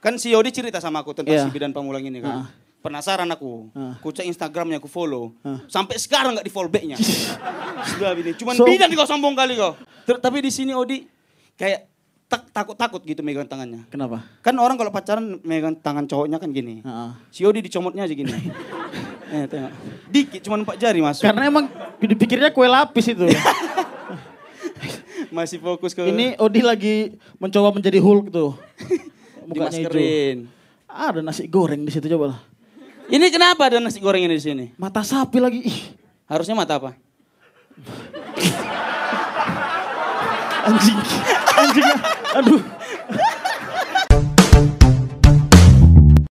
Kan si Yodi cerita sama aku tentang Iya. si Bidan Pamulang ini kan. Penasaran aku. Ku cek Instagramnya, aku follow. Sampai sekarang gak di follow back-nya. Sudah ini. Cuman Bidan kau sombong kali kau. Tapi di sini Odi kayak takut-takut gitu megang tangannya. Kenapa? Kan orang kalau pacaran megang tangan cowoknya kan gini. Si Odi dicomotnya aja gini. Tengok. Dikit, cuman 4 jari masuk. Karena emang dipikirnya kue lapis itu. Masih fokus ke... Ini Odi lagi mencoba menjadi Hulk tuh. Mukanya dimaskerin. itu. Ada nasi goreng di situ, coba lah. Ini kenapa ada nasi goreng ini di sini? Mata sapi lagi. Ih. Harusnya mata apa? Anjing. Aduh.